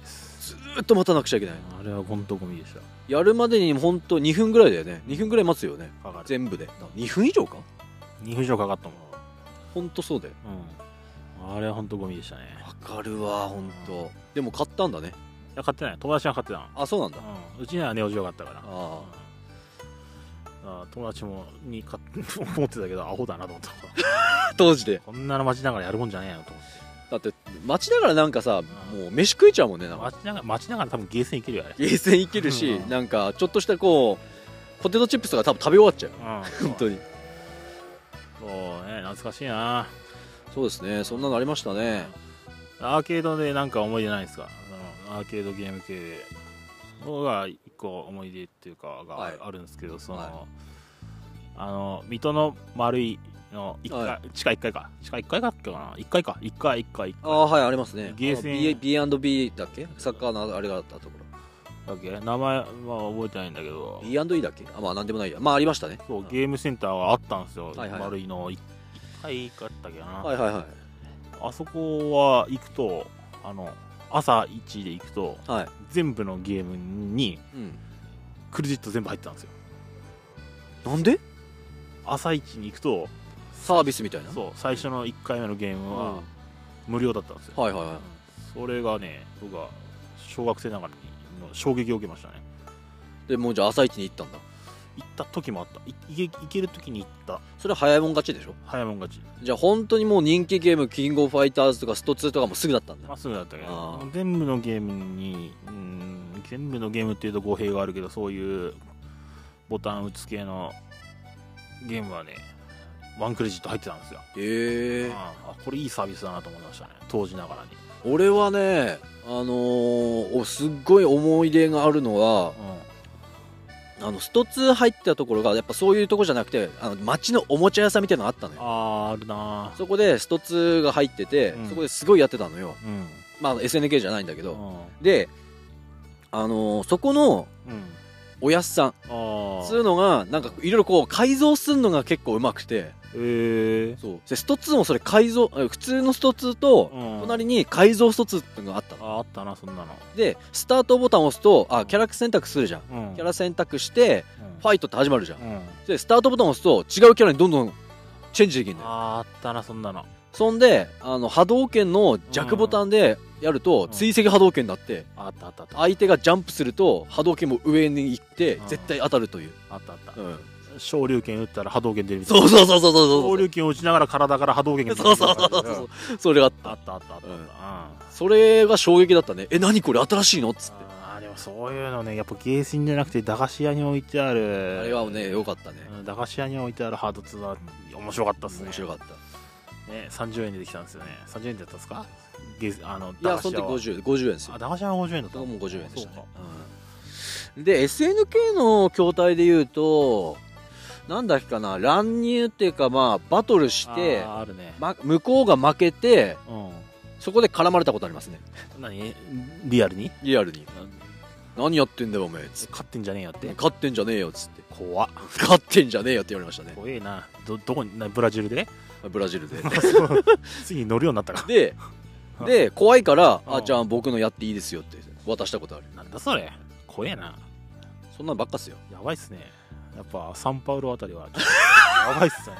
ずーっと待たなくちゃいけない。 あれは本当ゴミでした。 やるまでに本当2分ぐらいだよね。2分ぐらい待つよね、 かかる。 全部で2分以上か、 2分以上かかったもん。 本当そうだよ。 あれは本当ゴミでしたね。 わかるわ本当。でも買ったんだね。 いや買ってない、友達が買ってたの。 あ、そうなんだ。 うちにはネオジオがあったから。 あ友達もに思ってたけど、アホだなと思った当時でこんなの待ちながらやるもんじゃねえよと思って。 だって待ちながらなんかさ、もう飯食えちゃうもんね。なんか待ちながら多分ゲーセンいけるよあれ。 ゲーセンいけるし、なんかちょっとしたこうポテトチップスとか多分食べ終わっちゃう、本当に。 そうね、懐かしいな。 そうですね、そんなのありましたね。 アーケードでなんか思い出ないですか？アーケードゲーム系で僕が一個思い出っていうかがあるんですけど、水戸の丸いの1階、地下1階かだっけかな、1階か、1階。 はい、ありますね。 ゲーセン B&B だっけ、サッカーのあれがあったところだっけ、名前は覚えてないんだけど、 B&E だっけ、まあなんでもないや、まあありましたね。 そう、ゲームセンターがあったんですよ、 はいはい、 丸いの1階かったっけな。 はいはいはい。 あそこは行くと朝1で行くと、 はい、 全部のゲームにクレジット全部入ってたんですよ。 なんで？ 朝1に行くとサービスみたいな。 そう、最初の1回目のゲームは無料だったんですよ。 はいはいはい。 それがね、僕は小学生ながらに衝撃を受けましたね。 でもうじゃあ朝一に行ったんだ。 行った時もあった。行ける時に行った。 それは早いもん勝ちでしょ。 早いもん勝ち。 じゃあ本当にもう人気ゲームキングオブファイターズとかスト2とかもすぐだったんだ。 まあすぐだったけど、全部のゲームに全部のゲームっていうと語弊があるけど、そういうボタン打つ系のゲームはね、ワンクレジット入ってたんですよ。これいいサービスだなと思いましたね、当時ながらに。 俺はね、すっごい思い出があるのは、スト2入ってたところがやっぱそういうとこじゃなくて、街のおもちゃ屋さんみたいなのあったのよ。 あるな。 そこでスト2が入ってて、そこですごいやってたのよ。まあ SNK じゃないんだけど、でそこのおやっさんそういうのがなんかいろいろこう改造するのが結構うまくて、そうでスト2もそれ改造、普通のスト2と隣に改造スト2っていうのがあったの。 あったな、そんなの。 でスタートボタンを押すとキャラ選択するじゃん、キャラ選択してファイトって始まるじゃん、でスタートボタンを押すと違うキャラにどんどんチェンジできるんだよ。 あったな、そんなの。 そんで波動拳の弱ボタンでやると追跡波動拳になって、相手がジャンプすると波動拳も上に行って絶対当たるという。 あった。昇竜拳打ったら波動拳出るみたいな。そう昇竜拳を打ちながら体から波動拳が出る。 そうそれがあった。それが衝撃だったね。何これ新しいのっつって。 でもそういうのね、やっぱゲーセンじゃなくて駄菓子屋に置いてある、 あれはね良かったね。 駄菓子屋に置いてあるハード2は面白かったっすね。 面白かったね。30円でできたんですよね。30円だったんですか？いや、その時50円ですよ。 駄菓子屋は50円だった。 もう50円でしたね。で SNK の筐体でいうとなんだっけかな、乱入っていうか、まあバトルして向こうが負けて、そこで絡まれたことありますね。 何？リアルに何やってんだよお前、 勝ってんじゃねえよって。 勝ってんじゃねえよっつって。 怖っ。 勝ってんじゃねえよって言われましたね。 怖えな。どこに、ブラジルでついに乗るようになったか。 で怖いからじゃあ僕のやっていいですよって渡したことある。 なんだそれ、怖えな。 そんなんばっかっすよ。 やばいっすね。やっぱサンパウロあたりはやばいっすね。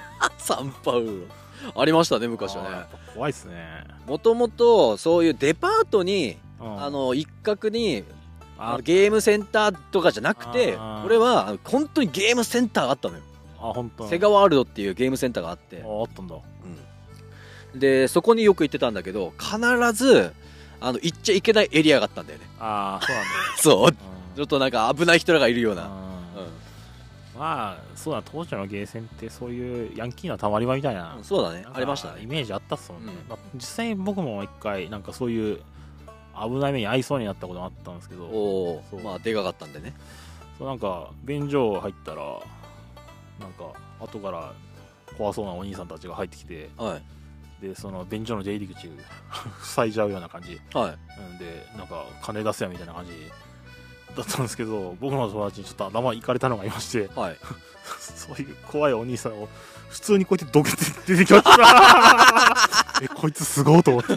サンパウロありましたね昔はね。 やっぱ怖いっすね。 もともとそういうデパートにうん一角にあゲームセンターとかじゃなくて、俺は本当にゲームセンターがあったのよ。 本当。 セガワールドっていうゲームセンターがあって、 あったんだ。 でそこによく行ってたんだけど、必ず行っちゃいけないエリアがあったんだよね。 そうなんだよ。 そう、 うんちょっとなんか危ない人らがいるような、 まあそうだ、当時のゲーセンってそういうヤンキーなたまり場みたいな、 そうだね、 なんかありましたね。 イメージあったっすもんね、 うんまあ実際僕も一回なんかそういう危ない目に遭いそうになったこともあったんですけど、 おそうまあでかかったんでね。 そうなんか便所入ったらなんか後から怖そうなお兄さんたちが入ってきて、 はいでその便所の出入り口塞いじゃうような感じ、 はいでなんか金出せやみたいな感じだったんですけど、僕の友達にちょっと頭いかれたのがいまして、 はいそういう怖いお兄さんを普通にこうやってどけて出てきましたこいつすごいと思って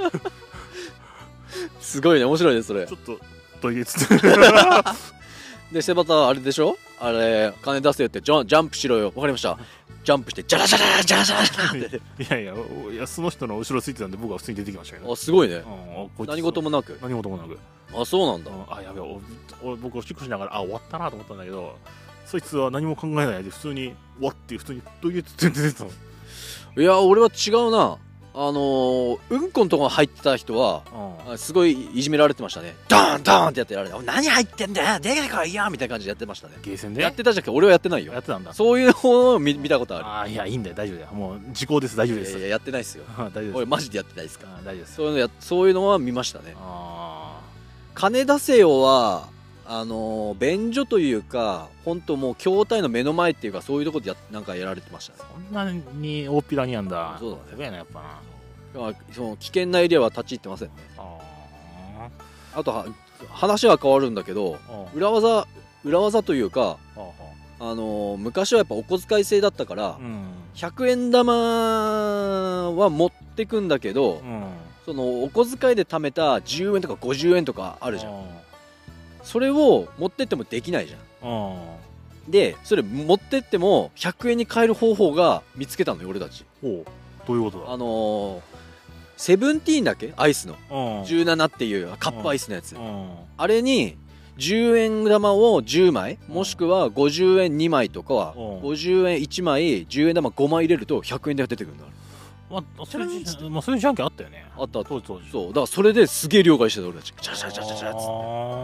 すごいね、面白いねそれちょっとどいてっつってでセバタあれでしょ、あれ金出せよってジャンプしろよ、わかりました、ジャンプしてジャラジャラジャラジャラジャラっていやその人の後ろついてたんで僕は普通に出てきましたけど、 あすごいね、 こいつ何事もなく。 何事もなく、 あそうなんだ。 やべえ、僕おしっこしながら終わったなと思ったんだけど、そいつは何も考えないで普通に終わって普通にどいてっつって出てたの。 いや俺は違うな。うんこのとこ入ってた人はすごいいじめられてましたね。ドーンドーンってやってられて、何入ってんだよ出てこいよみたいな感じでやってましたね。 ゲーセンでやってたじゃんけど俺はやってないよ。 やってたんだ。 そういうのを見たことある。 いやいいんだよ、大丈夫だよ、もう時効です、大丈夫です。 いややってないっすよ大丈夫です。 俺マジでやってないですから。 大丈夫です。 そういうのは見ましたね。金出せよは便所というか本当もう筐体の目の前っていうか、そういうところでなんかやられてましたね。 そんなに大っぴらにやんだ。 そうだね。 やべえなやっぱな。 その危険なエリアは立ち入ってませんね。あと話は変わるんだけど、裏技というか、昔はやっぱお小遣い制だったから、100円玉は持ってくんだけど、そのお小遣いで貯めた10円とか50円とかあるじゃん。それを持ってってもできないじゃん。でそれ持ってっても100円に換える方法が見つけたのよ俺たち。 どういうことだ。 セブンティーンだっけ、アイスの17っていうカップアイスのやつ、あれに10円玉を10枚もしくは50円2枚とかは50円1枚10円玉5枚入れると100円で出てくるんだ。 そういうじゃんけんあったよね。 あった当時。 そうだからそれですげえ両替してた俺たち。チャチャチャチャチャっつって、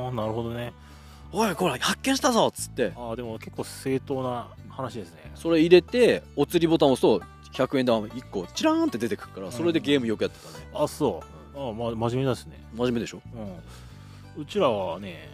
なるほどね。 おいこれ発見したぞっつって。 でも結構正当な話ですね。 それ入れてお釣りボタンを押すと100円玉1個チラーンって出てくるから、それでゲームよくやってたね。 そう。真面目ですね。 真面目でしょ。 うちらはね、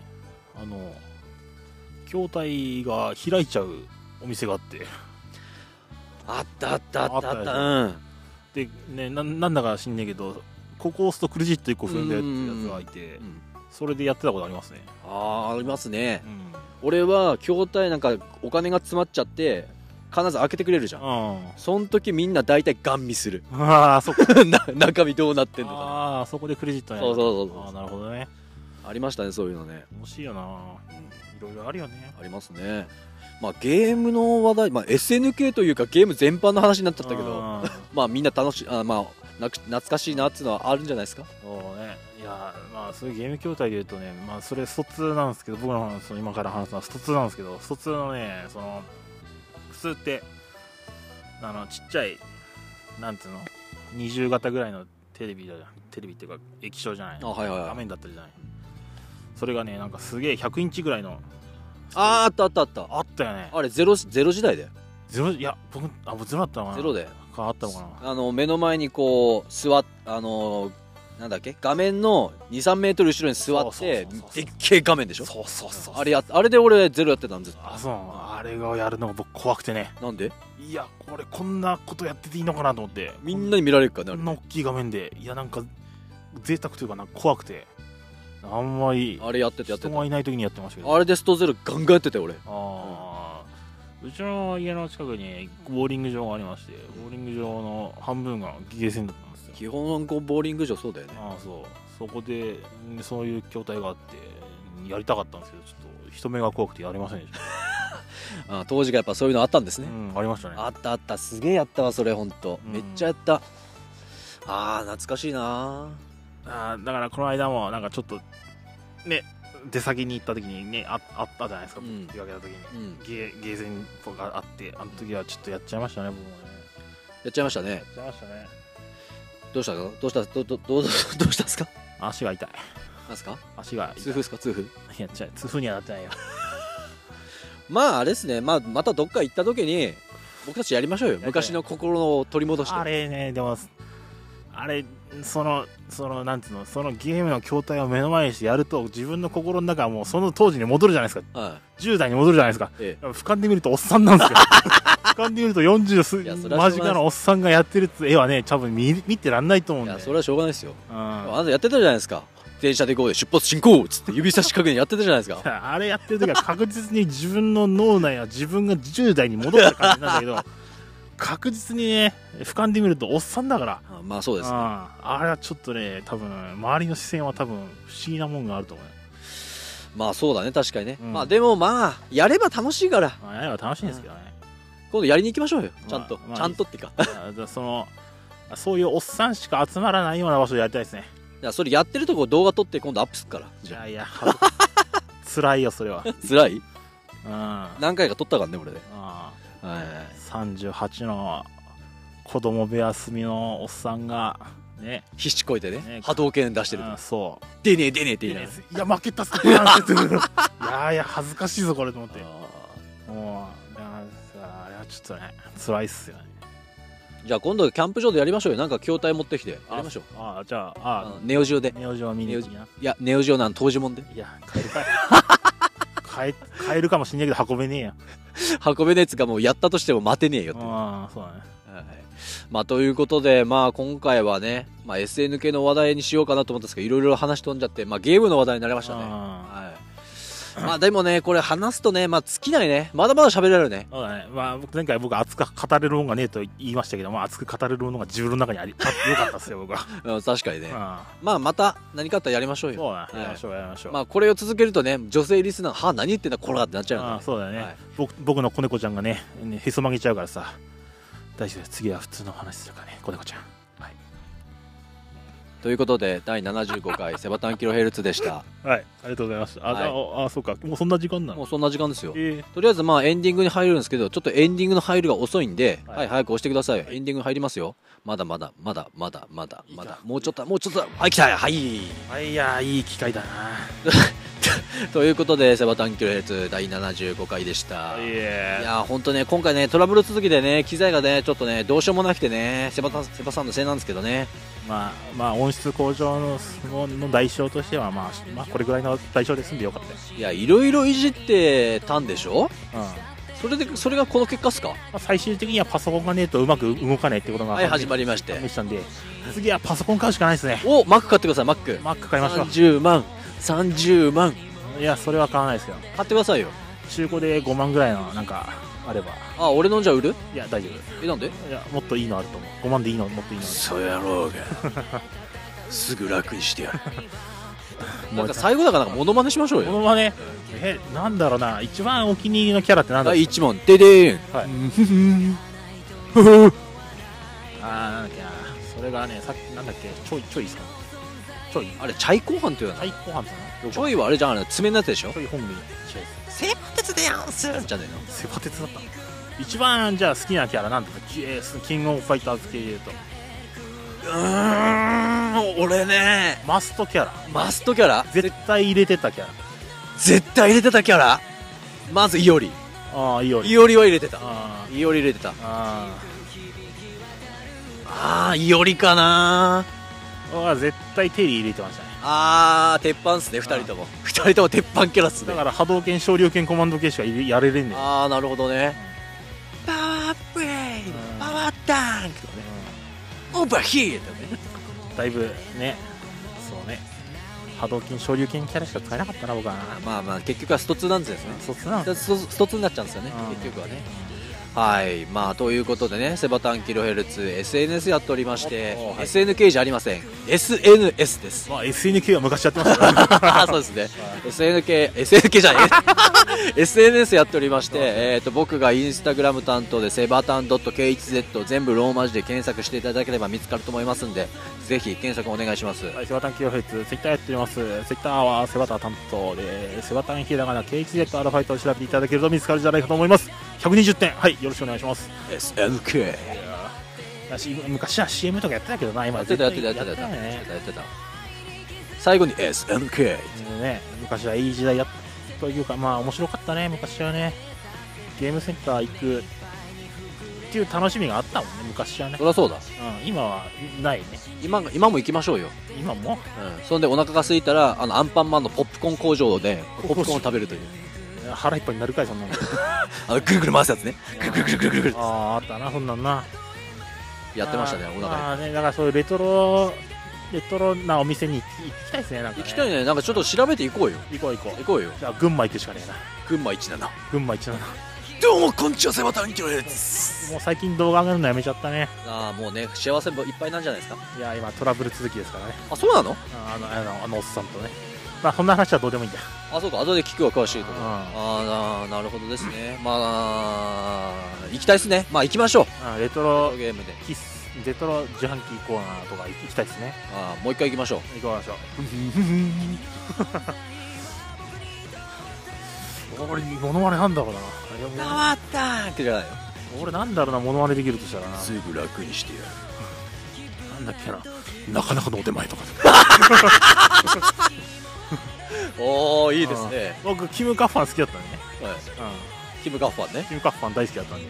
筐体が開いちゃうお店があって、 あったでね、なんだか知んねえけど、ここ押すとクレジット1個踏んだやつがいて、それでやってたことありますね。 ありますね。俺は筐体なんかお金が詰まっちゃって必ず開けてくれるじゃん。そん時みんな大体ガン見する。 そっか中身どうなってんのか。 そこでクレジットやる。そうなるほどね。 ありましたね、そういうのね。 面白いよな。いろいろあるよね。 ありますね。ゲームの話題、SNK というかゲーム全般の話になっちゃったけどみんな楽しい、懐かしいなっていうのはあるんじゃないですか。 そうね。いやそういうゲーム筐体でいうとね、それスト2なんですけど、僕の今から話すのはスト2なんですけど、スト2のね、普通ってちっちゃいなんつうの20型ぐらいのテレビっていうか液晶じゃない、画面だったじゃない。それがね、なんかすげえ100インチぐらいのあったよね。 あれゼロ時代で。 いや僕ゼロだったのかな。 ゼロであったのかな。目の前にこう座っなんだっけ、画面の 2,3 メートル後ろに座ってでっけえ画面でしょ。あれで俺ゼロやってたんです。 あれがやるのが僕怖くてね。 なんで。 いやこんなことやってていいのかなと思って。 みんなに見られるからね、 こんな大きい画面で。いやなんか贅沢というかなんか怖くて、あんまりあれやってた人がいない時にやってましたけど。 あれでストゼロガンガンやってたよ俺。 うちの家の近くにボーリング場がありまして、ボーリング場の半分がゲーセンだったんですよ。 基本ボーリング場そうだよね。 そこでそういう筐体があってやりたかったんですけど、ちょっと人目が怖くてやれませんでし当時がやっぱそういうのあったんですね。 ありましたね。 あったあった、すげえやったわそれ、ほんとうんめっちゃやった。懐かしいな。 だからこの間もなんかちょっとね出先に行った時にねあったじゃないですか、 うん出かけた時に、ゲーセンがあって、あの時はちょっとやっちゃいましたね、僕もね。 やっちゃいましたね。 やっちゃいましたね。 どうしたか、どうしたんですか。 足が痛い。 なんすか、 足が痛い。 痛風ですか、痛風。 やっちゃい、痛風にはなってないよ。 まああれですね、またどっか行った時に僕たちやりましょうよ、昔の心を取り戻して。 あれね、でもあれそのなんつうの、そのゲームの筐体を目の前にしてやると自分の心の中はもうその当時に戻るじゃないですか、 は 10代に戻るじゃないですか。 い、 俯瞰で見るとおっさんなんですよ。俯瞰で見ると40 いやそれはしょうがない間近のおっさんがやってるって絵はね、多分見てらんないと思うんで。 いやそれはしょうがないですよ。 うん、 あなたやってたじゃないですか、電車で行こうで出発進行っつって指差し確認やってたじゃないですか。 あれやってる時は確実に自分の脳内は自分が10代に戻った感じなんだけど確実にね俯瞰で見るとおっさんだから。 まあそうですね。 あれはちょっとね、多分周りの視線は多分不思議なもんがあると思うよ。 まあそうだね、確かにね、 うんまあでもまあやれば楽しいから、 やれば楽しいんですけどね。 今度やりに行きましょうよ、ちゃんと、 まあちゃんとっていうかそういうおっさんしか集まらないような場所でやりたいですね。 いやそれやってるとこ動画撮って今度アップすっから。じゃいや辛いよそれは。 あ辛い、 うん何回か撮ったからね俺で。はい 38の子供部屋住みのおっさんがね、 必死こいてねね波動拳出してると、 そう出ねえ出ねえって言いながら、 いや負けたっすいや恥ずかしいぞこれと思って、もうあれはちょっとね辛いっすよね。 じゃあ今度キャンプ場でやりましょうよ、なんか筐体持ってきてやりましょう。 じゃあネオジオで、 ネオジオは見に行きな。 いやネオジオなん当時もんで、 いや買えるかい買えるかもしんないけど運べねえよ。 運べねえつかもうやったとしても待てねえよって。 そうだね。 はいまあということで、まあ今回はね、まあ SNK の話題にしようかなと思ったんですけど、いろいろ話飛んじゃって、まあゲームの話題になりましたね。はい。まあでもね、これ話すとね、まあ尽きないね。まだまだ喋れるね。 そうだね。まあ前回僕熱く語れるものがねえと言いましたけど、まあ熱く語れるものが自分の中にあってよかったっすよ僕は。 確かにね。 ままあまた何かあったらやりましょうよ。 そうだね。やりましょうやりましょう。 まあこれを続けるとね、女性リスナー、はあ何言ってんだこらってなっちゃうからね。 そうだよね。 はい、 僕の子猫ちゃんがねへそ曲げちゃうからさ。大丈夫です。次は普通の話するからね、子猫ちゃん。はい。 ということで第75回セバタンキロヘルツでした。 はい、ありがとうございました。そうか、もうそんな時間なの。 もうそんな時間ですよ。とりあえずまあエンディングに入るんですけど、ちょっとエンディングの入るが遅いんで、はい、早く押してください。エンディング入りますよ。まだ、もうちょっと、はい、来た、はい。 いや、いい機会だな。 ということでセバタンキロヘルツ第75回でした。いや本当ね、今回ねトラブル続きでね、機材がねちょっとねどうしようもなくてね、セバさんのせいなんですけどね。まあ音質向上の代償としてはまあこれぐらいの代償で済んでよかったです。 いやいろいろいじってたんでしょ。それがこの結果っすか。 最終的にはパソコンがねえとうまく動かないってことが始まりまして、 したんで、次はパソコン買うしかないですね。 マック買ってください。マック買いましょう。 30万。 いやそれは買わないですけど、 買ってくださいよ。 中古で5万ぐらいのなんかあれば。 俺のじゃ売る。 いや大丈夫。 なんで。 いやもっといいのあると思う。5万でいいのもっといいのある。 そうやろうがすぐ楽にしてやるなんか最後だからモノマネしましょうよ。 モノマネ、なんだろうな、一番お気に入りのキャラってなんだろう。 一問ででーん。 なんだっけな、それがね、さっきなんだっけ、ちょいですか。 あれチャイ後半っていうの。 チャイ後半っての。ちょいはあれじゃん、爪のやつでしょ。 ちょい本名。 セバテツでやんすじゃねえの。 セバテツだった。一番じゃあ好きなキャラなんだっけ、キングオブファイターズ系で言うと。 俺ね、 マストキャラ絶対入れてたキャラ。まずイオリ。 イオリは入れてた。イオリ入れてた。イオリかな。 絶対テリー入れてましたね。 鉄板っすね。2人とも鉄板キャラっすね。 だから波動拳、昇竜拳、コマンド系しかやれれんねん。 なるほどね。パワーブレイパワーダンクとかね、オーバーヒーとかね。 だいぶね、そうね、波動拳、昇竜拳キャラしか使えなかったな僕は。 まあ結局はスト2なんですよね。 スト2になっちゃうんですよね、 結局はね。 はいまあということでねセバタンキロヘルツ SNS やっておりましておはい SNK じゃありません SNS ですまあ SNK は昔やってましたからそうですね SNK じゃねえSNS やっておりまして、僕がインスタグラム担当でセバタン .khz 全部ローマ字で検索していただければ見つかると思いますんでぜひ検索お願いします。 はい、セバタンキロヘルツ、ツイッターやっております。ツイッターはセバタン担当で、セバタンひらがな、KHZ アルファイトを調べていただけると見つかるんじゃないかと思います。120点、はい、よろしくお願いします。 SNK 昔は CM とかやってたけどな、今やってた最後に SNK ね、昔はいい時代というか、まあ面白かったね、昔はね。ゲームセンター行くっていう楽しみがあったもんね、昔はね。 そりゃそうだ今はないね。 今も行きましょうよ。 今もそんでお腹が空いたらアンパンマンのポップコーン工場でポップコーンを食べるという腹いっぱいになるかい、そんなの。 ぐるぐる回すやつねぐるぐるぐるぐるぐるぐるあったな、そんなんな。 やってましたねお腹ね、だからそういうレトロなお店に行きたいですね、なんかね。 行きたいね。なんかちょっと調べていこうよ。 行こう。 行こうよ。 じゃあ群馬行くしかねえな。 群馬17。 群馬17。 どうもこんにちはセバタンキロヘルツ。 もう最近動画上げるのやめちゃったね。 ああもうね幸せいっぱいなんじゃないですか。 いや今トラブル続きですからね。 あそうなの？ あのおっさんとね。まあそんな話はどうでもいいんだよ。 あそうか後で聞くわ詳しいところ。 うんああなるほどですね。まあ行きたいですね。まあ行きましょう。 レトロゲームで。 レトロ自販機コーナーとか行きたいですね。 ああもう一回行きましょう。 行きましょう。俺モノマネなんだろうな。 回ったーってじゃないよ。 俺なんだろうな、モノマネできるとしたらな。 すぐ楽にしてやる。 なんだっけな。なかなかのお手前とか。 おーいいですね。 僕キム・カッファン好きだったんでね。 はい。キム・ガッファンね。 キム・カッファン大好きだったんで。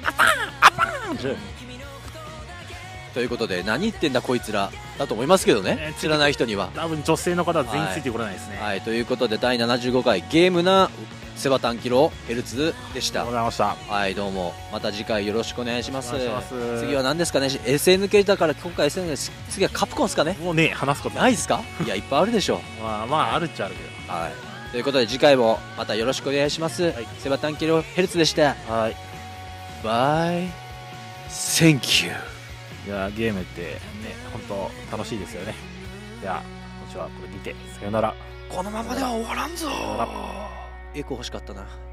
ということで何言ってんだこいつらだと思いますけどね、知らない人には。 多分女性の方は全員ついてこれないですね。 はい、ということで第75回ゲームなセバタンキロヘルツでした。 ありがとうございました。 はいどうもまた次回よろしくお願いします。 お願いします。 次は何ですかね。 SNK だから今回 SNK 次はカプコンですかね。 もうね話すことないですか。いやいっぱいあるでしょう。 まああるっちゃあるけど。 はいということで次回もまたよろしくお願いします、 はい、 セバタンキロヘルツでした。 はいバイ Thank you。 いやゲームってね本当楽しいですよね。では今週はこれにてさよなら。 このままでは終わらんぞ。 さよなら。 エコ欲しかったな。